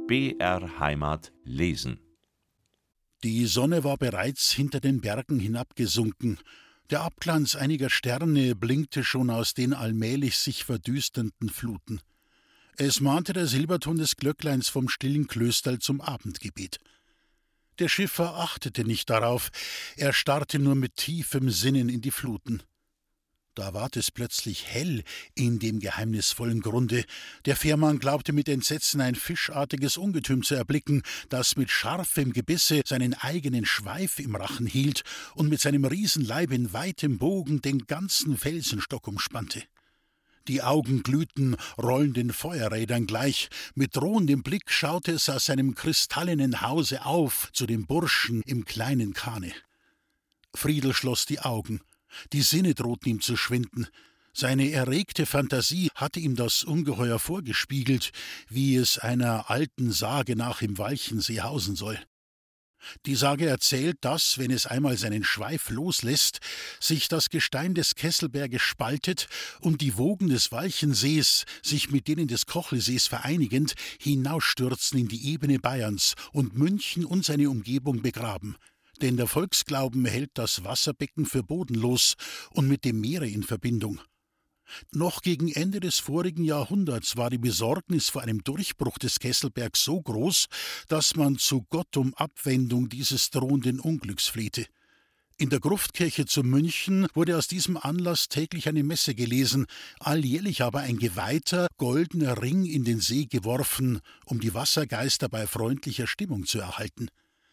BR Heimat lesen. Die Sonne war bereits hinter den Bergen hinabgesunken. Der Abglanz einiger Sterne blinkte schon aus den allmählich sich verdüsternden Fluten. Es mahnte der Silberton des Glöckleins vom stillen Klösterl zum Abendgebet. Der Schiffer achtete nicht darauf, er starrte nur mit tiefem Sinnen in die Fluten. Da ward es plötzlich hell in dem geheimnisvollen Grunde. Der Fährmann glaubte mit Entsetzen ein fischartiges Ungetüm zu erblicken, das mit scharfem Gebisse seinen eigenen Schweif im Rachen hielt und mit seinem Riesenleib in weitem Bogen den ganzen Felsenstock umspannte. Die Augen glühten rollenden Feuerrädern gleich. Mit drohendem Blick schaute es aus seinem kristallenen Hause auf zu dem Burschen im kleinen Kahne. Friedel schloss die Augen. Die Sinne drohten ihm zu schwinden. Seine erregte Fantasie hatte ihm das Ungeheuer vorgespiegelt, wie es einer alten Sage nach im Walchensee hausen soll. Die Sage erzählt, dass, wenn es einmal seinen Schweif loslässt, sich das Gestein des Kesselberges spaltet und die Wogen des Walchensees, sich mit denen des Kochelsees vereinigend, hinausstürzen in die Ebene Bayerns und München und seine Umgebung begraben. Denn der Volksglauben hält das Wasserbecken für bodenlos und mit dem Meere in Verbindung. Noch gegen Ende des vorigen Jahrhunderts war die Besorgnis vor einem Durchbruch des Kesselbergs so groß, dass man zu Gott um Abwendung dieses drohenden Unglücks flehte. In der Gruftkirche zu München wurde aus diesem Anlass täglich eine Messe gelesen, alljährlich aber ein geweihter, goldener Ring in den See geworfen, um die Wassergeister bei freundlicher Stimmung zu erhalten.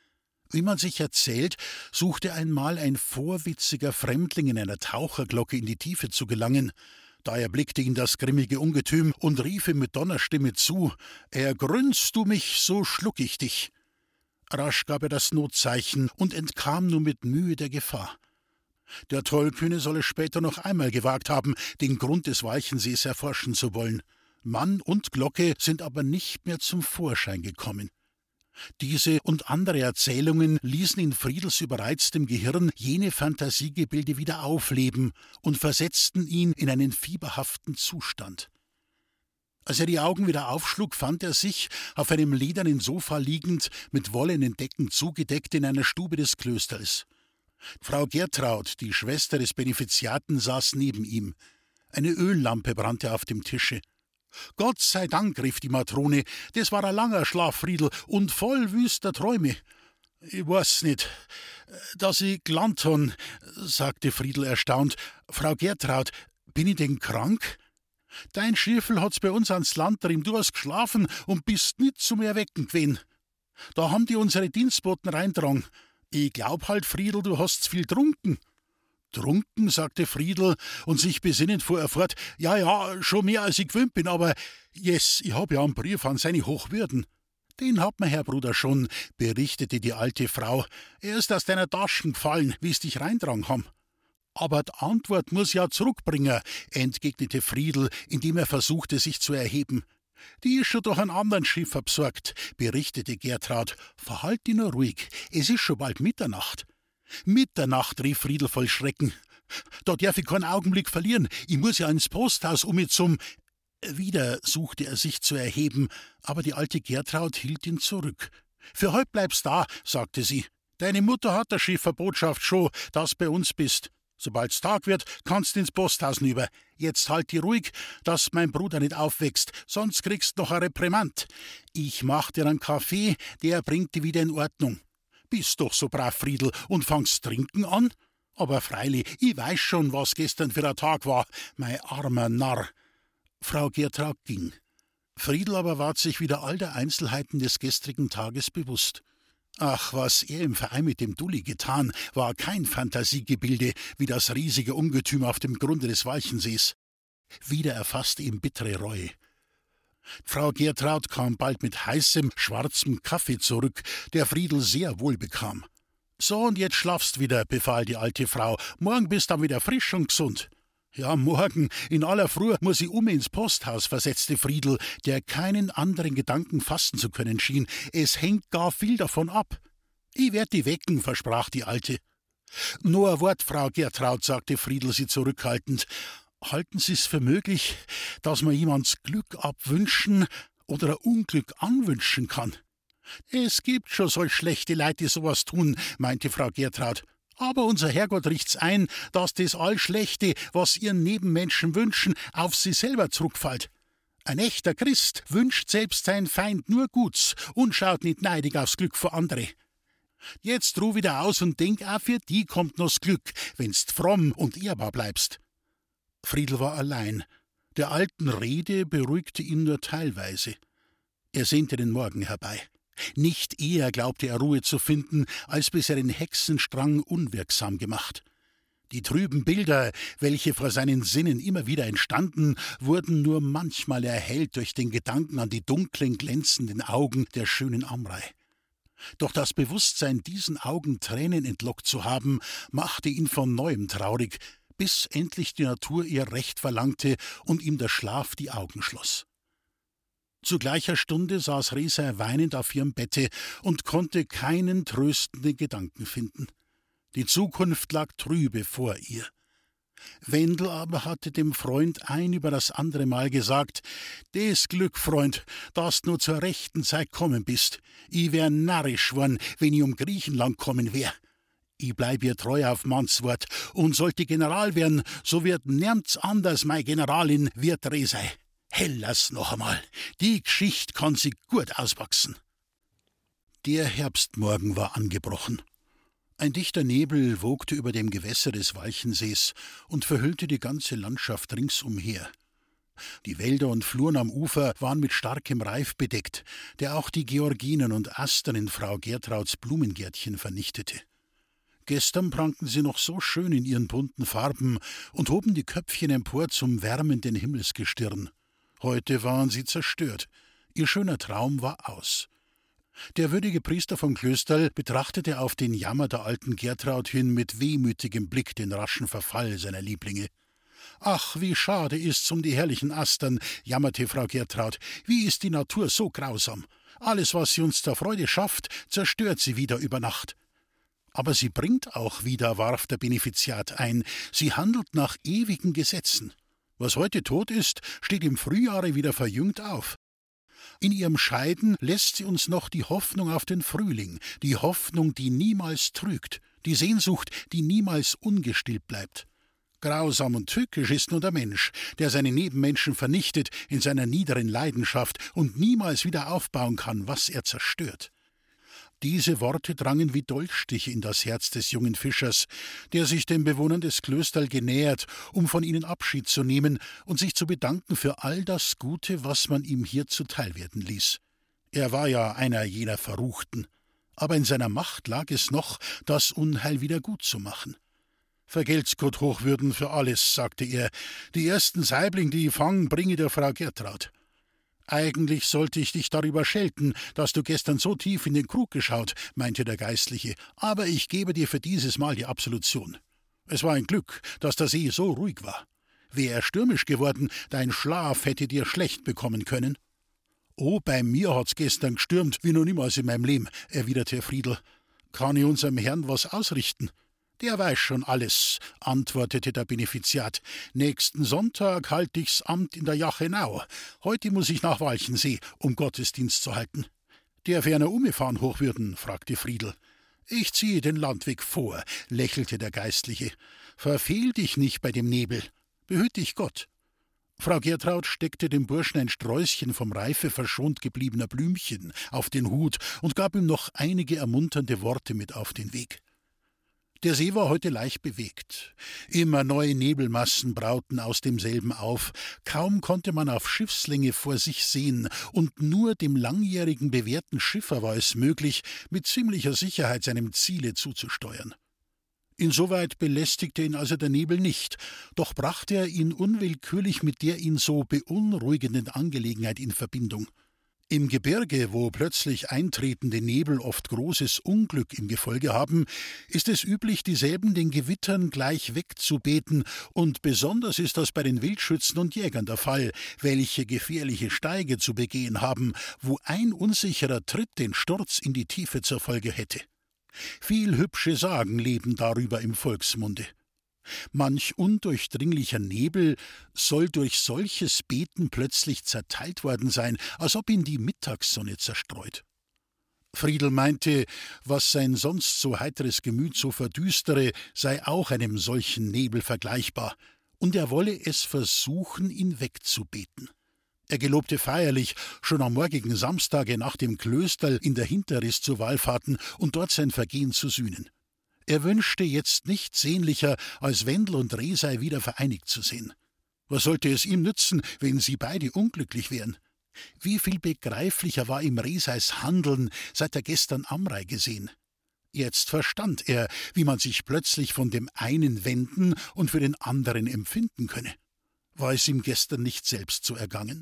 Wie man sich erzählt, suchte einmal ein vorwitziger Fremdling in einer Taucherglocke in die Tiefe zu gelangen. Da erblickte ihn das grimmige Ungetüm und rief ihm mit Donnerstimme zu: »Ergrünst du mich, so schluck ich dich!« Rasch gab er das Notzeichen und entkam nur mit Mühe der Gefahr. Der Tollkühne soll es später noch einmal gewagt haben, den Grund des Walchensees erforschen zu wollen. Mann und Glocke sind aber nicht mehr zum Vorschein gekommen. Diese und andere Erzählungen ließen in Friedels überreiztem Gehirn jene Fantasiegebilde wieder aufleben und versetzten ihn in einen fieberhaften Zustand. Als er die Augen wieder aufschlug, fand er sich, auf einem ledernen Sofa liegend, mit wollenen Decken zugedeckt in einer Stube des Klösters. Frau Gertraud, die Schwester des Benefiziaten, saß neben ihm. Eine Öllampe brannte auf dem Tische. »Gott sei Dank«, rief die Matrone, »das war ein langer Schlaf, Friedel, und voll wüster Träume.« »Ich weiß nicht, dass ich gelernt han«, sagte Friedel erstaunt. »Frau Gertraud, bin ich denn krank?« »Dein Schirfel hat's bei uns ans Land trieben, du hast geschlafen und bist nicht zum Erwecken gewesen. Da haben die unsere Dienstboten reintragen. Ich glaub halt, Friedel, du hast's viel trunken.« »Trunken«, sagte Friedel, und sich besinnend fuhr er fort, »Ja, schon mehr als ich gewöhnt bin, aber ich hab ja einen Brief an seine Hochwürden.« »Den hat mir Herr Bruder schon«, berichtete die alte Frau. »Er ist aus deiner Taschen gefallen, wie's dich reintragen haben.« »Aber die Antwort muss ja zurückbringen«, entgegnete Friedel, indem er versuchte, sich zu erheben. »Die ist schon durch einen anderen Schiffer besorgt«, berichtete Gertraud. »Verhalt dich nur ruhig, es ist schon bald Mitternacht.« »Mitternacht«, rief Friedel voll Schrecken. »Da darf ich keinen Augenblick verlieren. Ich muss ja ins Posthaus, um mich zum...« Wieder suchte er sich zu erheben, aber die alte Gertraud hielt ihn zurück. »Für heut bleibst da«, sagte sie. »Deine Mutter hat der Schifferbotschaft schon, dass bei uns bist. Sobald's Tag wird, kannst ins Posthaus nüber. Jetzt halt dich ruhig, dass mein Bruder nicht aufwächst, sonst kriegst noch ein Reprimand. Ich mach dir einen Kaffee, der bringt dich wieder in Ordnung. Bist doch so brav, Friedel, und fangst trinken an? Aber freilich, ich weiß schon, was gestern für ein Tag war, mein armer Narr.« Frau Gertraud ging. Friedel aber ward sich wieder all der Einzelheiten des gestrigen Tages bewusst. Ach, was er im Verein mit dem Dulli getan, war kein Fantasiegebilde wie das riesige Ungetüm auf dem Grunde des Walchensees. Wieder erfasste ihn bittere Reue. Frau Gertraud kam bald mit heißem, schwarzem Kaffee zurück, der Friedel sehr wohl bekam. »So, und jetzt schlafst wieder«, befahl die alte Frau. »Morgen bist dann wieder frisch und gesund.« »Ja, morgen, in aller Früh muss ich ins Posthaus«, versetzte Friedel, der keinen anderen Gedanken fassen zu können schien. »Es hängt gar viel davon ab.« »Ich werd die wecken«, versprach die Alte. »Nur ein Wort, Frau Gertraud«, sagte Friedel sie zurückhaltend. »Halten Sie's für möglich, dass wir jemands Glück abwünschen oder ein Unglück anwünschen kann. Es gibt schon solch schlechte Leute, die sowas tun, meinte Frau Gertraud. Aber unser Herrgott richt's ein, dass das all Schlechte, was ihren Nebenmenschen wünschen, auf sie selber zurückfällt. Ein echter Christ wünscht selbst sein Feind nur Guts und schaut nicht neidig aufs Glück von andere. Jetzt ruh wieder aus und denk, auch für die kommt noch's Glück, wenn's fromm und ehrbar bleibst. Friedel war allein. Der alten Rede beruhigte ihn nur teilweise. Er sehnte den Morgen herbei. Nicht eher glaubte er Ruhe zu finden, als bis er den Hexenstrang unwirksam gemacht. Die trüben Bilder, welche vor seinen Sinnen immer wieder entstanden, wurden nur manchmal erhellt durch den Gedanken an die dunklen, glänzenden Augen der schönen Amrei. Doch das Bewusstsein, diesen Augen Tränen entlockt zu haben, machte ihn von neuem traurig, bis endlich die Natur ihr Recht verlangte und ihm der Schlaf die Augen schloss. Zu gleicher Stunde saß Resa weinend auf ihrem Bette und konnte keinen tröstenden Gedanken finden. Die Zukunft lag trübe vor ihr. Wendel aber hatte dem Freund ein über das andere Mal gesagt: »Des Glück, Freund, dass du nur zur rechten Zeit kommen bist. Ich wär narrisch worden, wenn ich um Griechenland kommen wär. Ich bleib ihr treu auf Mannswort, und sollte General werden, so wird nirgends anders meine Generalin wird Resa. Hellas noch einmal, die Geschichte kann sich gut auswachsen.« Der Herbstmorgen war angebrochen. Ein dichter Nebel wogte über dem Gewässer des Walchensees und verhüllte die ganze Landschaft ringsumher. Die Wälder und Fluren am Ufer waren mit starkem Reif bedeckt, der auch die Georginen und Astern in Frau Gertrauds Blumengärtchen vernichtete. Gestern prangten sie noch so schön in ihren bunten Farben und hoben die Köpfchen empor zum wärmenden Himmelsgestirn. Heute waren sie zerstört. Ihr schöner Traum war aus. Der würdige Priester vom Klösterl betrachtete auf den Jammer der alten Gertraud hin mit wehmütigem Blick den raschen Verfall seiner Lieblinge. »Ach, wie schade ist's um die herrlichen Astern«, jammerte Frau Gertraud. »Wie ist die Natur so grausam? Alles, was sie uns zur Freude schafft, zerstört sie wieder über Nacht.« »Aber sie bringt auch wieder«, warf der Benefiziat ein. »Sie handelt nach ewigen Gesetzen. Was heute tot ist, steht im Frühjahre wieder verjüngt auf. In ihrem Scheiden lässt sie uns noch die Hoffnung auf den Frühling, die Hoffnung, die niemals trügt, die Sehnsucht, die niemals ungestillt bleibt. Grausam und tückisch ist nur der Mensch, der seine Nebenmenschen vernichtet in seiner niederen Leidenschaft und niemals wieder aufbauen kann, was er zerstört.« Diese Worte drangen wie Dolchstiche in das Herz des jungen Fischers, der sich den Bewohnern des Klösterl genähert, um von ihnen Abschied zu nehmen und sich zu bedanken für all das Gute, was man ihm hier zuteilwerden ließ. Er war ja einer jener Verruchten, aber in seiner Macht lag es noch, das Unheil wieder gut zu machen. »Vergelt's Gott Hochwürden für alles«, sagte er. »Die ersten Saibling, die ich fang, bringe der Frau Gertraud. Eigentlich sollte ich dich darüber schelten, dass du gestern so tief in den Krug geschaut«, meinte der Geistliche, »aber ich gebe dir für dieses Mal die Absolution. Es war ein Glück, dass der See so ruhig war. Wär er stürmisch geworden, dein Schlaf hätte dir schlecht bekommen können.« »Oh, bei mir hat's gestern gestürmt, wie noch niemals in meinem Leben«, erwiderte Friedel. »Kann ich unserem Herrn was ausrichten?« »Der weiß schon alles«, antwortete der Benefiziat. »Nächsten Sonntag halt ich's Amt in der Jachenau. Heute muss ich nach Walchensee, um Gottesdienst zu halten.« »Der ferner umgefahren, Hochwürden?« fragte Friedel. »Ich ziehe den Landweg vor«, lächelte der Geistliche. »Verfehl dich nicht bei dem Nebel. Behüt dich Gott.« Frau Gertraud steckte dem Burschen ein Sträußchen vom Reife verschont gebliebener Blümchen auf den Hut und gab ihm noch einige ermunternde Worte mit auf den Weg. Der See war heute leicht bewegt. Immer neue Nebelmassen brauten aus demselben auf. Kaum konnte man auf Schiffslänge vor sich sehen, und nur dem langjährigen bewährten Schiffer war es möglich, mit ziemlicher Sicherheit seinem Ziele zuzusteuern. Insoweit belästigte ihn also der Nebel nicht, doch brachte er ihn unwillkürlich mit der ihn so beunruhigenden Angelegenheit in Verbindung. Im Gebirge, wo plötzlich eintretende Nebel oft großes Unglück im Gefolge haben, ist es üblich, dieselben den Gewittern gleich wegzubeten, und besonders ist das bei den Wildschützen und Jägern der Fall, welche gefährliche Steige zu begehen haben, wo ein unsicherer Tritt den Sturz in die Tiefe zur Folge hätte. Viel hübsche Sagen leben darüber im Volksmunde. Manch undurchdringlicher Nebel soll durch solches Beten plötzlich zerteilt worden sein, als ob ihn die Mittagssonne zerstreut. Friedel meinte, was sein sonst so heiteres Gemüt so verdüstere, sei auch einem solchen Nebel vergleichbar, und er wolle es versuchen, ihn wegzubeten. Er gelobte feierlich, schon am morgigen Samstage nach dem Klösterl in der Hinterriss zu wallfahrten und dort sein Vergehen zu sühnen. Er wünschte jetzt nichts sehnlicher, als Wendel und Resei wieder vereinigt zu sehen. Was sollte es ihm nützen, wenn sie beide unglücklich wären? Wie viel begreiflicher war ihm Reseis Handeln, seit er gestern Amrei gesehen. Jetzt verstand er, wie man sich plötzlich von dem einen wenden und für den anderen empfinden könne. War es ihm gestern nicht selbst so ergangen?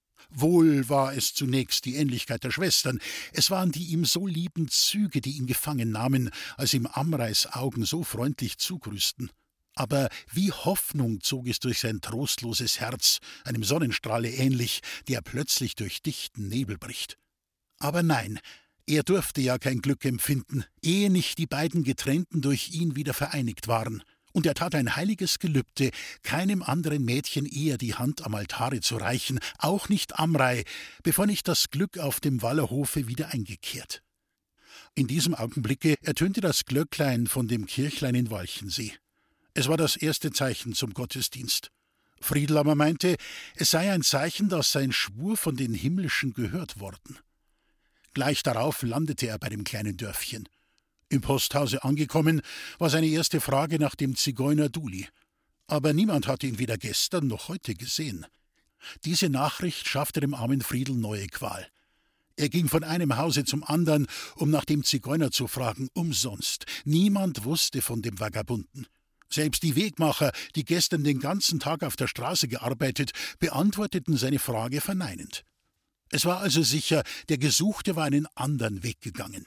Wohl war es zunächst die Ähnlichkeit der Schwestern, es waren die ihm so lieben Züge, die ihn gefangen nahmen, als ihm Amreis Augen so freundlich zugrüßten. Aber wie Hoffnung zog es durch sein trostloses Herz, einem Sonnenstrahle ähnlich, der plötzlich durch dichten Nebel bricht. Aber nein, er durfte ja kein Glück empfinden, ehe nicht die beiden Getrennten durch ihn wieder vereinigt waren. Und er tat ein heiliges Gelübde, keinem anderen Mädchen eher die Hand am Altare zu reichen, auch nicht Amrei, bevor nicht das Glück auf dem Wallerhofe wieder eingekehrt. In diesem Augenblicke ertönte das Glöcklein von dem Kirchlein in Walchensee. Es war das erste Zeichen zum Gottesdienst. Friedel aber meinte, es sei ein Zeichen, dass sein Schwur von den Himmlischen gehört worden. Gleich darauf landete er bei dem kleinen Dörfchen. Im Posthause angekommen, war seine erste Frage nach dem Zigeuner Duli. Aber niemand hatte ihn weder gestern noch heute gesehen. Diese Nachricht schaffte dem armen Friedel neue Qual. Er ging von einem Hause zum anderen, um nach dem Zigeuner zu fragen, umsonst. Niemand wusste von dem Vagabunden. Selbst die Wegmacher, die gestern den ganzen Tag auf der Straße gearbeitet, beantworteten seine Frage verneinend. Es war also sicher, der Gesuchte war einen anderen Weg gegangen.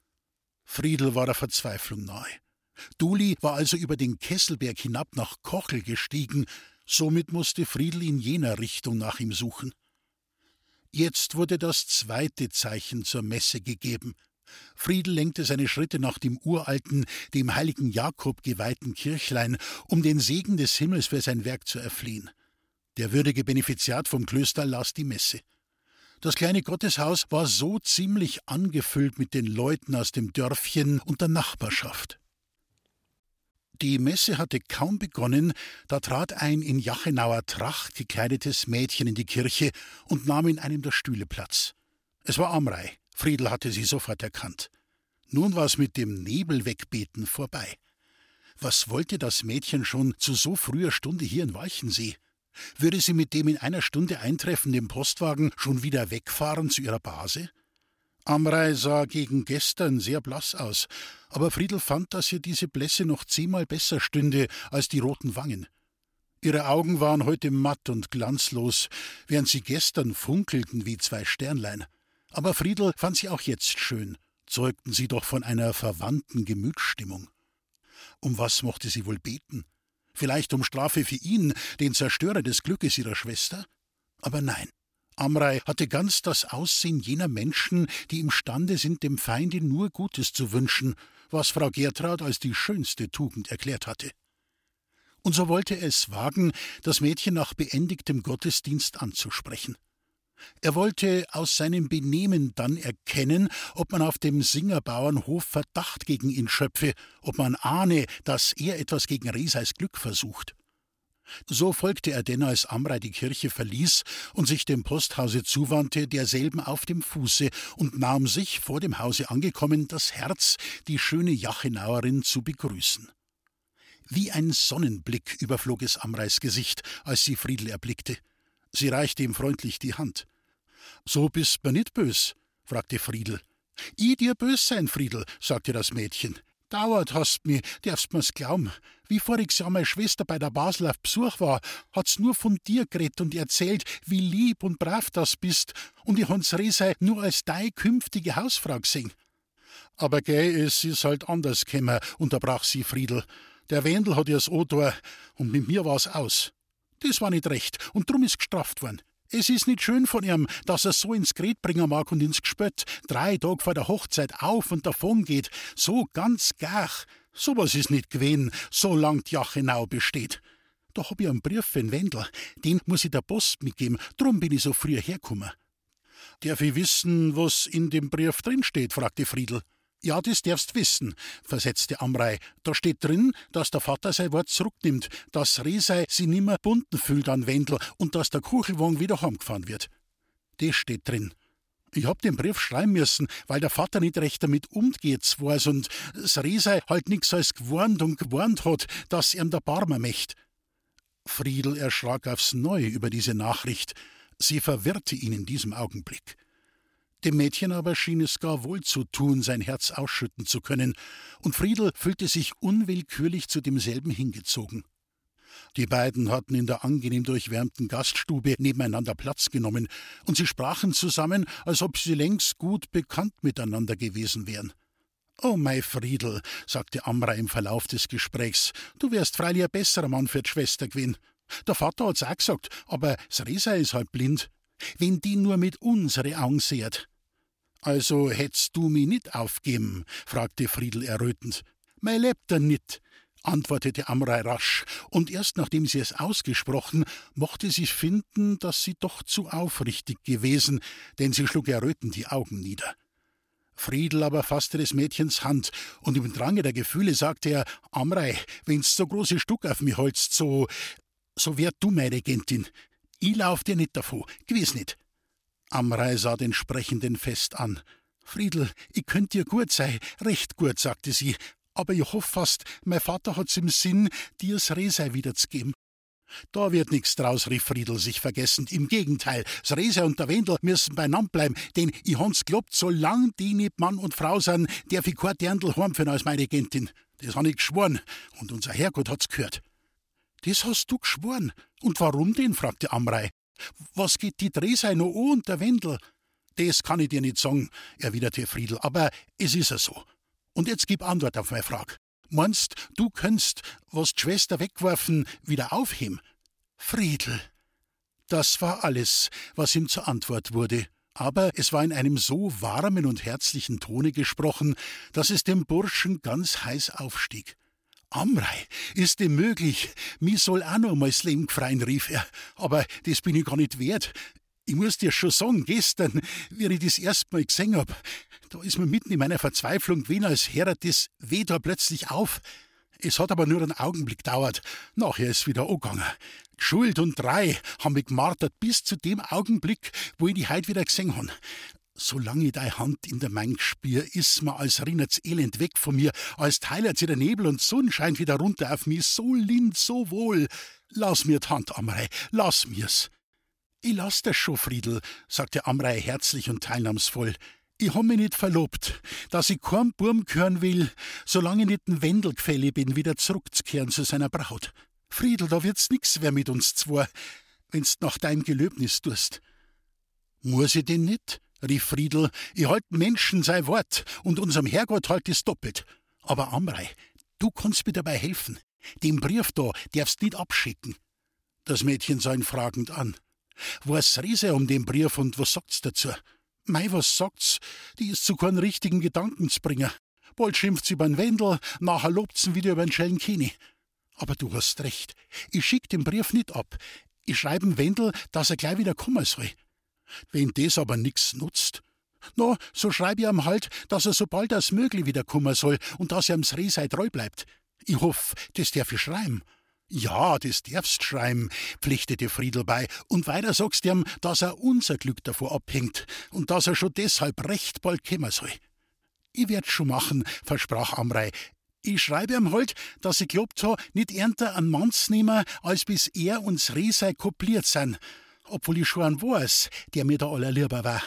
Friedel war der Verzweiflung nahe. Duli war also über den Kesselberg hinab nach Kochel gestiegen, somit musste Friedel in jener Richtung nach ihm suchen. Jetzt wurde das zweite Zeichen zur Messe gegeben. Friedel lenkte seine Schritte nach dem uralten, dem heiligen Jakob geweihten Kirchlein, um den Segen des Himmels für sein Werk zu erflehen. Der würdige Benefiziat vom Klöster las die Messe. Das kleine Gotteshaus war so ziemlich angefüllt mit den Leuten aus dem Dörfchen und der Nachbarschaft. Die Messe hatte kaum begonnen, da trat ein in Jachenauer Tracht gekleidetes Mädchen in die Kirche und nahm in einem der Stühle Platz. Es war Amrei. Friedel hatte sie sofort erkannt. Nun war es mit dem Nebelwegbeten vorbei. Was wollte das Mädchen schon zu so früher Stunde hier in Walchensee? Würde sie mit dem in einer Stunde eintreffenden Postwagen schon wieder wegfahren zu ihrer Base? Amrei sah gegen gestern sehr blass aus, aber Friedel fand, dass ihr diese Blässe noch 10-mal besser stünde als die roten Wangen. Ihre Augen waren heute matt und glanzlos, während sie gestern funkelten wie 2 Sternlein. Aber Friedel fand sie auch jetzt schön, zeugten sie doch von einer verwandten Gemütsstimmung. Um was mochte sie wohl beten? Vielleicht um Strafe für ihn, den Zerstörer des Glückes ihrer Schwester? Aber nein, Amrei hatte ganz das Aussehen jener Menschen, die imstande sind, dem Feinde nur Gutes zu wünschen, was Frau Gertraud als die schönste Tugend erklärt hatte. Und so wollte er es wagen, das Mädchen nach beendigtem Gottesdienst anzusprechen. Er wollte aus seinem Benehmen dann erkennen, ob man auf dem Singerbauernhof Verdacht gegen ihn schöpfe, ob man ahne, dass er etwas gegen Reseis Glück versucht. So folgte er denn, als Amrei die Kirche verließ und sich dem Posthause zuwandte, derselben auf dem Fuße, und nahm sich, vor dem Hause angekommen, das Herz, die schöne Jachenauerin zu begrüßen. Wie ein Sonnenblick überflog es Amreis Gesicht, als sie Friedel erblickte. Sie reichte ihm freundlich die Hand. »So bist mir nit bös?« fragte Friedel. »I dir bös sein, Friedel«, sagte das Mädchen. »Dauert hast mi, darfst mir's glauben. Wie voriges Jahr meine Schwester bei der Basel auf Besuch war, hat's nur von dir geredet und erzählt, wie lieb und brav das bist, und ich hans Resei nur als dei künftige Hausfrau gesehen.« »Aber gell, es ist halt anders gekommen«, unterbrach sie Friedel. »Der Wendel hat ihr's angetan, und mit mir war's aus. Das war nicht recht, und drum ist gestraft worden. Es ist nicht schön von ihm, dass er so ins Gret bringen mag und ins Gespött, 3 Tage vor der Hochzeit auf und davon geht, so ganz gach. So was ist nicht gewesen, solang die Jachenau besteht. Da hab ich einen Brief für den Wendel, den muss ich der Post mitgeben, drum bin ich so früh hergekommen. Darf ich wissen, was in dem Brief drin steht, fragte Friedel. Ja, das darfst wissen, versetzte Amrei. Da steht drin, dass der Vater sein Wort zurücknimmt, dass Resei sich nimmer bunden fühlt an Wendel und dass der Kuchelwagen wieder heimgefahren wird. Das steht drin. Ich hab den Brief schreiben müssen, weil der Vater nicht recht damit umgeht war's und das Resei halt nix als gewarnt hat, dass ihm der Barmer möcht. Friedel erschrak aufs Neue über diese Nachricht. Sie verwirrte ihn in diesem Augenblick. Dem Mädchen aber schien es gar wohl zu tun, sein Herz ausschütten zu können, und Friedel fühlte sich unwillkürlich zu demselben hingezogen. Die beiden hatten in der angenehm durchwärmten Gaststube nebeneinander Platz genommen, und sie sprachen zusammen, als ob sie längst gut bekannt miteinander gewesen wären. »Oh, mei Friedel«, sagte Amrei im Verlauf des Gesprächs, »du wärst freilich ein besserer Mann für die Schwester gewesen. Der Vater hat's auch gesagt, aber das Resei ist halt blind. Wenn die nur mit unsere Augen seht.« »Also hättst du mich nicht aufgeben?« fragte Friedel errötend. »Mei lebt er nit«, antwortete Amrei rasch, und erst nachdem sie es ausgesprochen, mochte sie finden, dass sie doch zu aufrichtig gewesen, denn sie schlug errötend die Augen nieder. Friedel aber fasste des Mädchens Hand, und im Drange der Gefühle sagte er, »Amrei, wenn's so große Stück auf mich holst, so werd du meine Regentin. Ich lauf dir nicht davon, gewiss nicht.« Amrei sah den Sprechenden fest an. »Friedel, ich könnt dir gut sein, recht gut«, sagte sie, »aber ich hoff fast, mein Vater hat's im Sinn, dir's Resei wiederzugeben.« »Da wird nix draus«, rief Friedel sich vergessend. »Im Gegenteil, das Resei und der Wendel müssen beieinander bleiben, denn ich hab's geglaubt, solang die nicht Mann und Frau sind, darf ich kein Dirndl heimführen als meine Regentin. Das han ich geschworen, und unser Herrgott hat's gehört.« »Das hast du geschworen? Und warum denn?« fragte Amrei. »Was geht die Resei noch an und der Wendel?« »Das kann ich dir nicht sagen«, erwiderte Friedel, »aber es ist ja so. Und jetzt gib Antwort auf meine Frage. Meinst, du könntest, was die Schwester wegwerfen, wieder aufheben?« »Friedel.« Das war alles, was ihm zur Antwort wurde. Aber es war in einem so warmen und herzlichen Tone gesprochen, dass es dem Burschen ganz heiß aufstieg. »Amrei, ist dem möglich? Mi soll auch noch mal das Leben gefreien«, rief er. »Aber das bin ich gar nicht wert. Ich muss dir schon sagen, gestern, wie ich das erste Mal gesehen hab, da ist mir mitten in meiner Verzweiflung gewesen, als hört das weh da plötzlich auf. Es hat aber nur einen Augenblick gedauert. Nachher ist wieder angegangen. Schuld und Drei haben mich gemartert bis zu dem Augenblick, wo ich die heut wieder gesehen han. Solange ich deine Hand in der mein spür, ist mir als rinnert's Elend weg von mir, als teilert sie der Nebel und Sonn scheint wieder runter auf mich, so lind, so wohl. Lass mir die Hand, Amrei, lass mir's.« »Ich lass das schon, Friedel«, sagte Amrei herzlich und teilnahmsvoll. »Ich hab mich nicht verlobt, dass ich keinem Burm gehören will, solange ich nicht den Wendel gefällig bin, wieder zurückzukehren zu seiner Braut. Friedel, da wird's nix mehr mit uns zwei, wenn's nach deinem Gelöbnis tust.« »Muss ich denn nicht?« rief Friedel. »Ich halt Menschen sein Wort, und unserem Herrgott halt es doppelt. Aber Amrei, du kannst mir dabei helfen. Den Brief da darfst nicht abschicken.« Das Mädchen sah ihn fragend an. »Was Resei um den Brief und was sagt's dazu?« »Mei, was sagt's? Die ist zu keinen richtigen Gedanken zu bringen. Bald schimpft sie übern Wendel, nachher lobt sie wieder übern schellen Kini. Aber du hast recht, ich schick den Brief nicht ab. Ich schreib'n Wendel, dass er gleich wieder kommen soll. Wenn das aber nix nutzt, na, so schreib ich ihm halt, dass er so bald als möglich wieder kommen soll und dass er am's Resei treu bleibt. Ich hoff, das darf ich schreiben.« »Ja, das darfst schreiben«, pflichtete Friedel bei, »und weiter sagst ihm, dass er unser Glück davor abhängt und dass er schon deshalb recht bald kommen soll.« »Ich werd's schon machen«, versprach Amrei. »Ich schreibe ihm halt, dass ich glaubt ha, nicht ernter an Manns nehmen, als bis er und das Resei kopliert sind, obwohl ich schon einen weiß, der mir da allerlieber war.«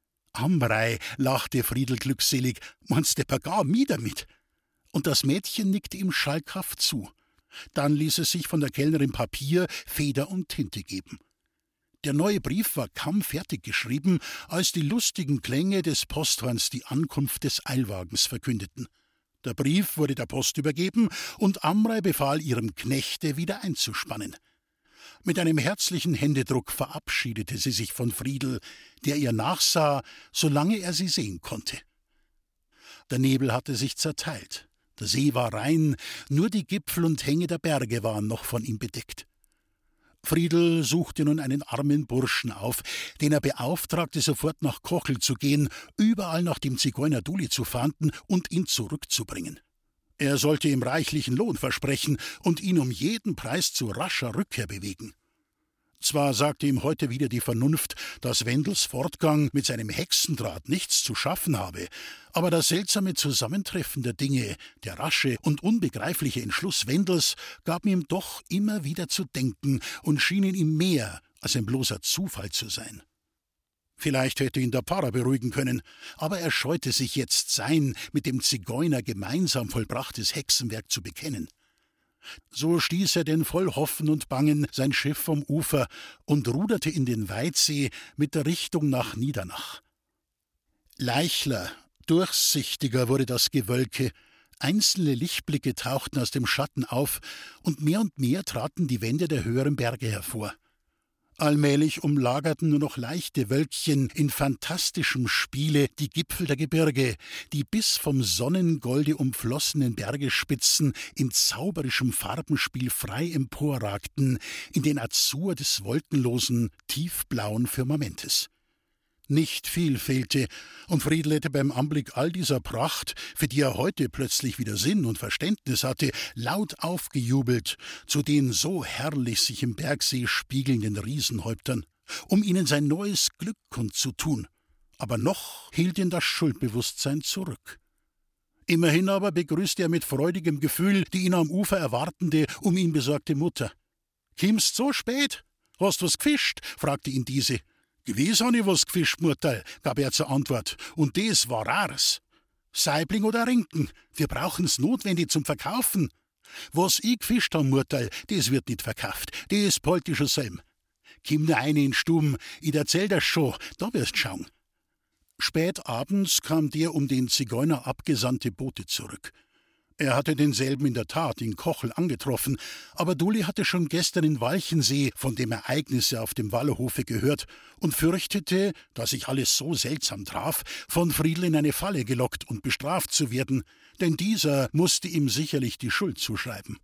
»Amrei«, lachte Friedel glückselig, »meinst du gar mich damit?« Und das Mädchen nickte ihm schalkhaft zu. Dann ließ es sich von der Kellnerin Papier, Feder und Tinte geben. Der neue Brief war kaum fertig geschrieben, als die lustigen Klänge des Posthorns die Ankunft des Eilwagens verkündeten. Der Brief wurde der Post übergeben, und Amrei befahl ihrem Knechte, wieder einzuspannen. Mit einem herzlichen Händedruck verabschiedete sie sich von Friedel, der ihr nachsah, solange er sie sehen konnte. Der Nebel hatte sich zerteilt, der See war rein, nur die Gipfel und Hänge der Berge waren noch von ihm bedeckt. Friedel suchte nun einen armen Burschen auf, den er beauftragte, sofort nach Kochel zu gehen, überall nach dem Zigeuner Duli zu fahnden und ihn zurückzubringen. Er sollte ihm reichlichen Lohn versprechen und ihn um jeden Preis zu rascher Rückkehr bewegen. Zwar sagte ihm heute wieder die Vernunft, dass Wendels Fortgang mit seinem Hexendraht nichts zu schaffen habe, aber das seltsame Zusammentreffen der Dinge, der rasche und unbegreifliche Entschluss Wendels gaben ihm doch immer wieder zu denken und schienen ihm mehr als ein bloßer Zufall zu sein. Vielleicht hätte ihn der Pfarrer beruhigen können, aber er scheute sich jetzt, sein mit dem Zigeuner gemeinsam vollbrachtes Hexenwerk zu bekennen. So stieß er denn voll Hoffen und Bangen sein Schiff vom Ufer und ruderte in den Weitsee mit der Richtung nach Niedernach. Leichler, durchsichtiger wurde das Gewölke, einzelne Lichtblicke tauchten aus dem Schatten auf und mehr traten die Wände der höheren Berge hervor. Allmählich umlagerten nur noch leichte Wölkchen in fantastischem Spiele die Gipfel der Gebirge, die bis vom Sonnengolde umflossenen Bergespitzen in zauberischem Farbenspiel frei emporragten in den Azur des wolkenlosen, tiefblauen Firmamentes. Nicht viel fehlte, und Friedel hätte beim Anblick all dieser Pracht, für die er heute plötzlich wieder Sinn und Verständnis hatte, laut aufgejubelt zu den so herrlich sich im Bergsee spiegelnden Riesenhäuptern, um ihnen sein neues Glück kundzutun. Aber noch hielt ihn das Schuldbewusstsein zurück. Immerhin aber begrüßte er mit freudigem Gefühl die ihn am Ufer erwartende, um ihn besorgte Mutter. »Kimmst so spät? Hast was gefischt?« fragte ihn diese. »Gewiss han ich was gefischt, Mutterl«, gab er zur Antwort, »und des war rares. Saibling oder Rinken, wir brauchen's notwendig zum Verkaufen. Was ich gefischt han, Mutterl, des wird nicht verkauft, des behalte ich schon selm. Kimm nur eine in Stuben, ich erzähl das schon, da wirst schauen.« Spät abends kam der um den Zigeuner abgesandte Bote zurück. Er hatte denselben in der Tat in Kochel angetroffen, aber Duli hatte schon gestern in Walchensee von dem Ereignisse auf dem Wallerhofe gehört und fürchtete, da sich alles so seltsam traf, von Friedel in eine Falle gelockt und bestraft zu werden, denn dieser musste ihm sicherlich die Schuld zuschreiben.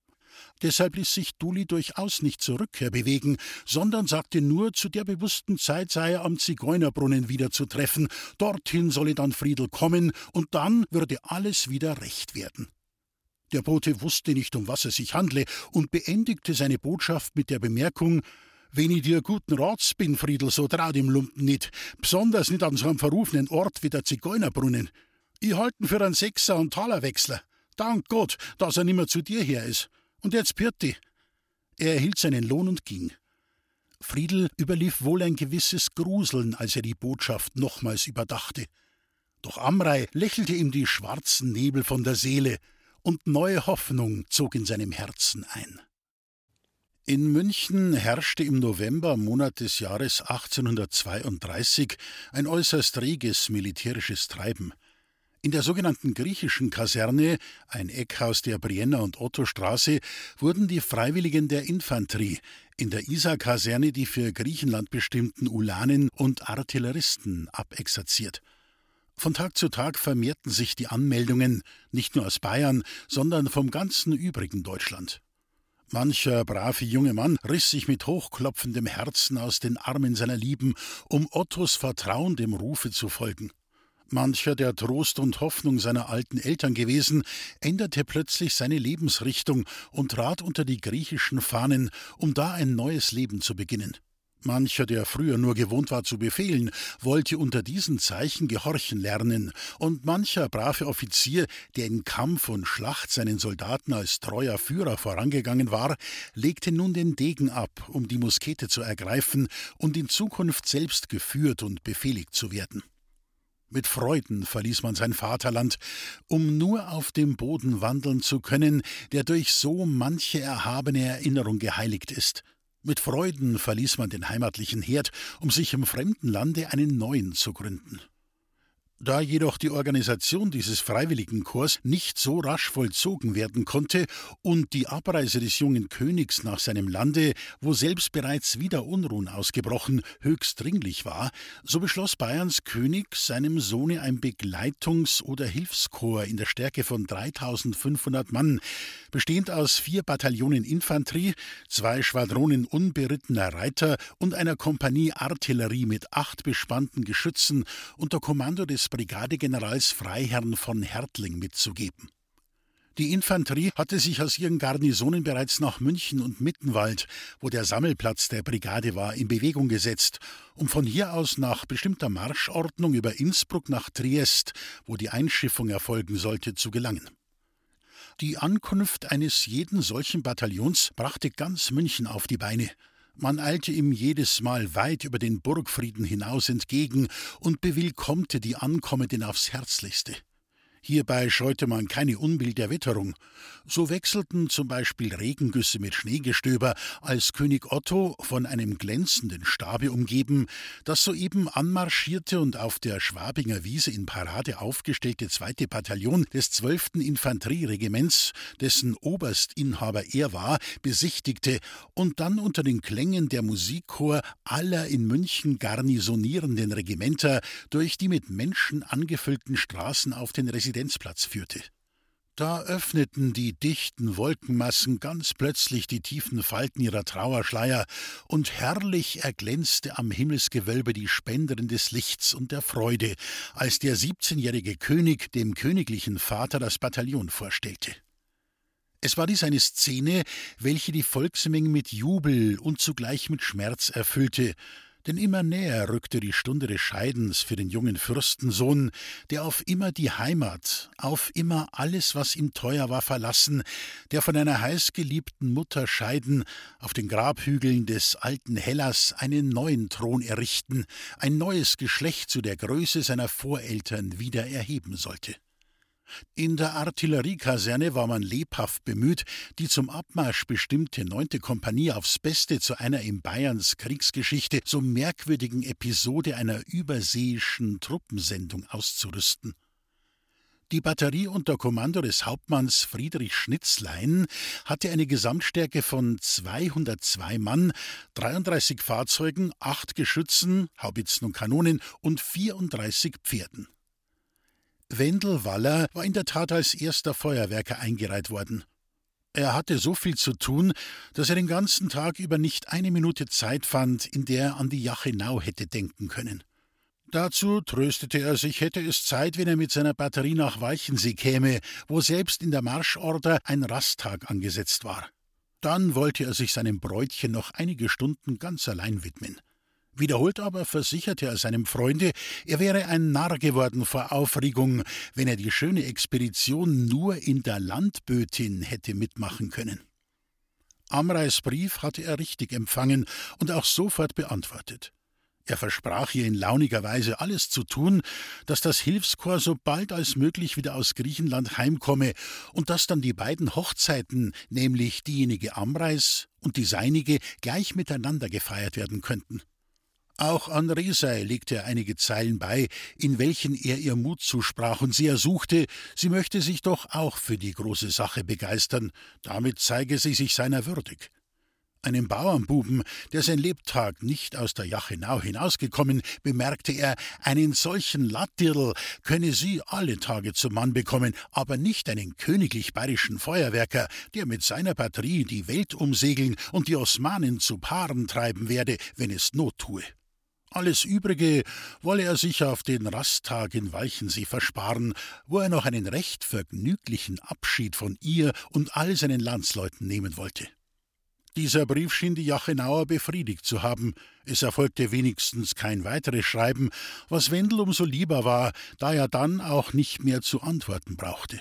Deshalb ließ sich Duli durchaus nicht zur Rückkehr bewegen, sondern sagte nur, zu der bewussten Zeit sei er am Zigeunerbrunnen wieder zu treffen, dorthin solle dann Friedel kommen, und dann würde alles wieder recht werden. Der Bote wusste nicht, um was es sich handle, und beendigte seine Botschaft mit der Bemerkung: »Wenn ich dir guten Rats bin, Friedel, so trau dem Lumpen nicht, besonders nicht an so einem verrufenen Ort wie der Zigeunerbrunnen. Ich halten für einen Sechser- und Talerwechsler. Dank Gott, dass er nimmer zu dir her ist. Und jetzt Pirti.« Er erhielt seinen Lohn und ging. Friedel überlief wohl ein gewisses Gruseln, als er die Botschaft nochmals überdachte. Doch Amrei lächelte ihm die schwarzen Nebel von der Seele, und neue Hoffnung zog in seinem Herzen ein. In München herrschte im Novembermonat des Jahres 1832 ein äußerst reges militärisches Treiben. In der sogenannten griechischen Kaserne, ein Eckhaus der Brienner- und Ottostraße, wurden die Freiwilligen der Infanterie, in der Isar-Kaserne die für Griechenland bestimmten Ulanen und Artilleristen abexerziert. Von Tag zu Tag vermehrten sich die Anmeldungen, nicht nur aus Bayern, sondern vom ganzen übrigen Deutschland. Mancher brave junge Mann riss sich mit hochklopfendem Herzen aus den Armen seiner Lieben, um Ottos Vertrauen dem Rufe zu folgen. Mancher, der Trost und Hoffnung seiner alten Eltern gewesen, änderte plötzlich seine Lebensrichtung und trat unter die griechischen Fahnen, um da ein neues Leben zu beginnen. Mancher, der früher nur gewohnt war zu befehlen, wollte unter diesen Zeichen gehorchen lernen, und mancher brave Offizier, der in Kampf und Schlacht seinen Soldaten als treuer Führer vorangegangen war, legte nun den Degen ab, um die Muskete zu ergreifen und in Zukunft selbst geführt und befehligt zu werden. Mit Freuden verließ man sein Vaterland, um nur auf dem Boden wandeln zu können, der durch so manche erhabene Erinnerung geheiligt ist. Mit Freuden verließ man den heimatlichen Herd, um sich im fremden Lande einen neuen zu gründen. Da jedoch die Organisation dieses Freiwilligenkorps nicht so rasch vollzogen werden konnte und die Abreise des jungen Königs nach seinem Lande, wo selbst bereits wieder Unruhen ausgebrochen, höchst dringlich war, so beschloss Bayerns König, seinem Sohne ein Begleitungs- oder Hilfskorps in der Stärke von 3.500 Mann, bestehend aus 4 Bataillonen Infanterie, 2 Schwadronen unberittener Reiter und einer Kompanie Artillerie mit 8 bespannten Geschützen unter Kommando des Brigadegenerals Freiherrn von Hertling mitzugeben. Die Infanterie hatte sich aus ihren Garnisonen bereits nach München und Mittenwald, wo der Sammelplatz der Brigade war, in Bewegung gesetzt, um von hier aus nach bestimmter Marschordnung über Innsbruck nach Triest, wo die Einschiffung erfolgen sollte, zu gelangen. Die Ankunft eines jeden solchen Bataillons brachte ganz München auf die Beine. Man eilte ihm jedes Mal weit über den Burgfrieden hinaus entgegen und bewillkommte die Ankommenden aufs Herzlichste. Hierbei scheute man keine Unbill der Witterung. So wechselten zum Beispiel Regengüsse mit Schneegestöber, als König Otto, von einem glänzenden Stabe umgeben, das soeben anmarschierte und auf der Schwabinger Wiese in Parade aufgestellte 2. Bataillon des 12. Infanterieregiments, dessen Oberstinhaber er war, besichtigte und dann unter den Klängen der Musikchor aller in München garnisonierenden Regimenter durch die mit Menschen angefüllten Straßen auf den Residenzplatz führte. Da öffneten die dichten Wolkenmassen ganz plötzlich die tiefen Falten ihrer Trauerschleier, und herrlich erglänzte am Himmelsgewölbe die Spenderin des Lichts und der Freude, als der 17-jährige König dem königlichen Vater das Bataillon vorstellte. Es war dies eine Szene, welche die Volksmenge mit Jubel und zugleich mit Schmerz erfüllte, denn immer näher rückte die Stunde des Scheidens für den jungen Fürstensohn, der auf immer die Heimat, auf immer alles, was ihm teuer war, verlassen, der von einer heißgeliebten Mutter scheiden, auf den Grabhügeln des alten Hellas einen neuen Thron errichten, ein neues Geschlecht zu der Größe seiner Voreltern wieder erheben sollte. In der Artilleriekaserne war man lebhaft bemüht, die zum Abmarsch bestimmte 9. Kompanie aufs Beste zu einer in Bayerns Kriegsgeschichte so merkwürdigen Episode einer überseeischen Truppensendung auszurüsten. Die Batterie unter Kommando des Hauptmanns Friedrich Schnitzlein hatte eine Gesamtstärke von 202 Mann, 33 Fahrzeugen, 8 Geschützen, Haubitzen und Kanonen und 34 Pferden. Wendel Waller war in der Tat als erster Feuerwerker eingereiht worden. Er hatte so viel zu tun, dass er den ganzen Tag über nicht eine Minute Zeit fand, in der er an die Jachenau hätte denken können. Dazu tröstete er sich, hätte es Zeit, wenn er mit seiner Batterie nach Walchensee käme, wo selbst in der Marschorder ein Rasttag angesetzt war. Dann wollte er sich seinem Bräutchen noch einige Stunden ganz allein widmen. Wiederholt aber versicherte er seinem Freunde, er wäre ein Narr geworden vor Aufregung, wenn er die schöne Expedition nur in der Landbötin hätte mitmachen können. Amreis Brief hatte er richtig empfangen und auch sofort beantwortet. Er versprach ihr in launiger Weise alles zu tun, dass das Hilfskorps so bald als möglich wieder aus Griechenland heimkomme und dass dann die beiden Hochzeiten, nämlich diejenige Amreis und die seinige, gleich miteinander gefeiert werden könnten. Auch an Resei legte er einige Zeilen bei, in welchen er ihr Mut zusprach und sie ersuchte, sie möchte sich doch auch für die große Sache begeistern, damit zeige sie sich seiner würdig. Einem Bauernbuben, der sein Lebtag nicht aus der Jachenau hinausgekommen, bemerkte er, einen solchen Lattirl könne sie alle Tage zum Mann bekommen, aber nicht einen königlich bayerischen Feuerwerker, der mit seiner Batterie die Welt umsegeln und die Osmanen zu Paaren treiben werde, wenn es Not tue. Alles Übrige wolle er sich auf den Rasttag in Walchensee versparen, wo er noch einen recht vergnüglichen Abschied von ihr und all seinen Landsleuten nehmen wollte. Dieser Brief schien die Jachenauer befriedigt zu haben. Es erfolgte wenigstens kein weiteres Schreiben, was Wendel umso lieber war, da er dann auch nicht mehr zu antworten brauchte.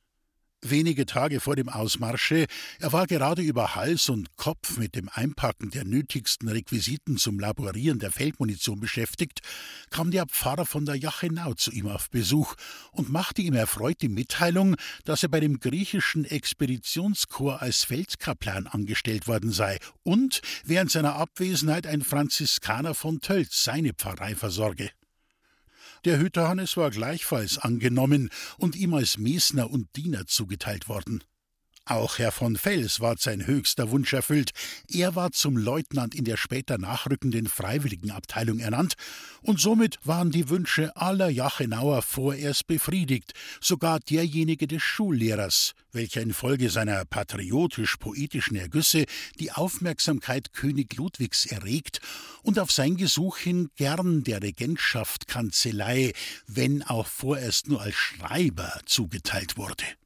Wenige Tage vor dem Ausmarsche, er war gerade über Hals und Kopf mit dem Einpacken der nötigsten Requisiten zum Laborieren der Feldmunition beschäftigt, kam der Pfarrer von der Jachenau zu ihm auf Besuch und machte ihm erfreut die Mitteilung, dass er bei dem griechischen Expeditionskorps als Feldkaplan angestellt worden sei und während seiner Abwesenheit ein Franziskaner von Tölz seine Pfarrei versorge. Der Hüter Hannes war gleichfalls angenommen und ihm als Mesner und Diener zugeteilt worden. Auch Herr von Fels ward sein höchster Wunsch erfüllt. Er war zum Leutnant in der später nachrückenden Freiwilligenabteilung ernannt, und somit waren die Wünsche aller Jachenauer vorerst befriedigt, sogar derjenige des Schullehrers, welcher infolge seiner patriotisch-poetischen Ergüsse die Aufmerksamkeit König Ludwigs erregt und auf sein Gesuch hin gern der Regentschaft Kanzlei, wenn auch vorerst nur als Schreiber, zugeteilt wurde.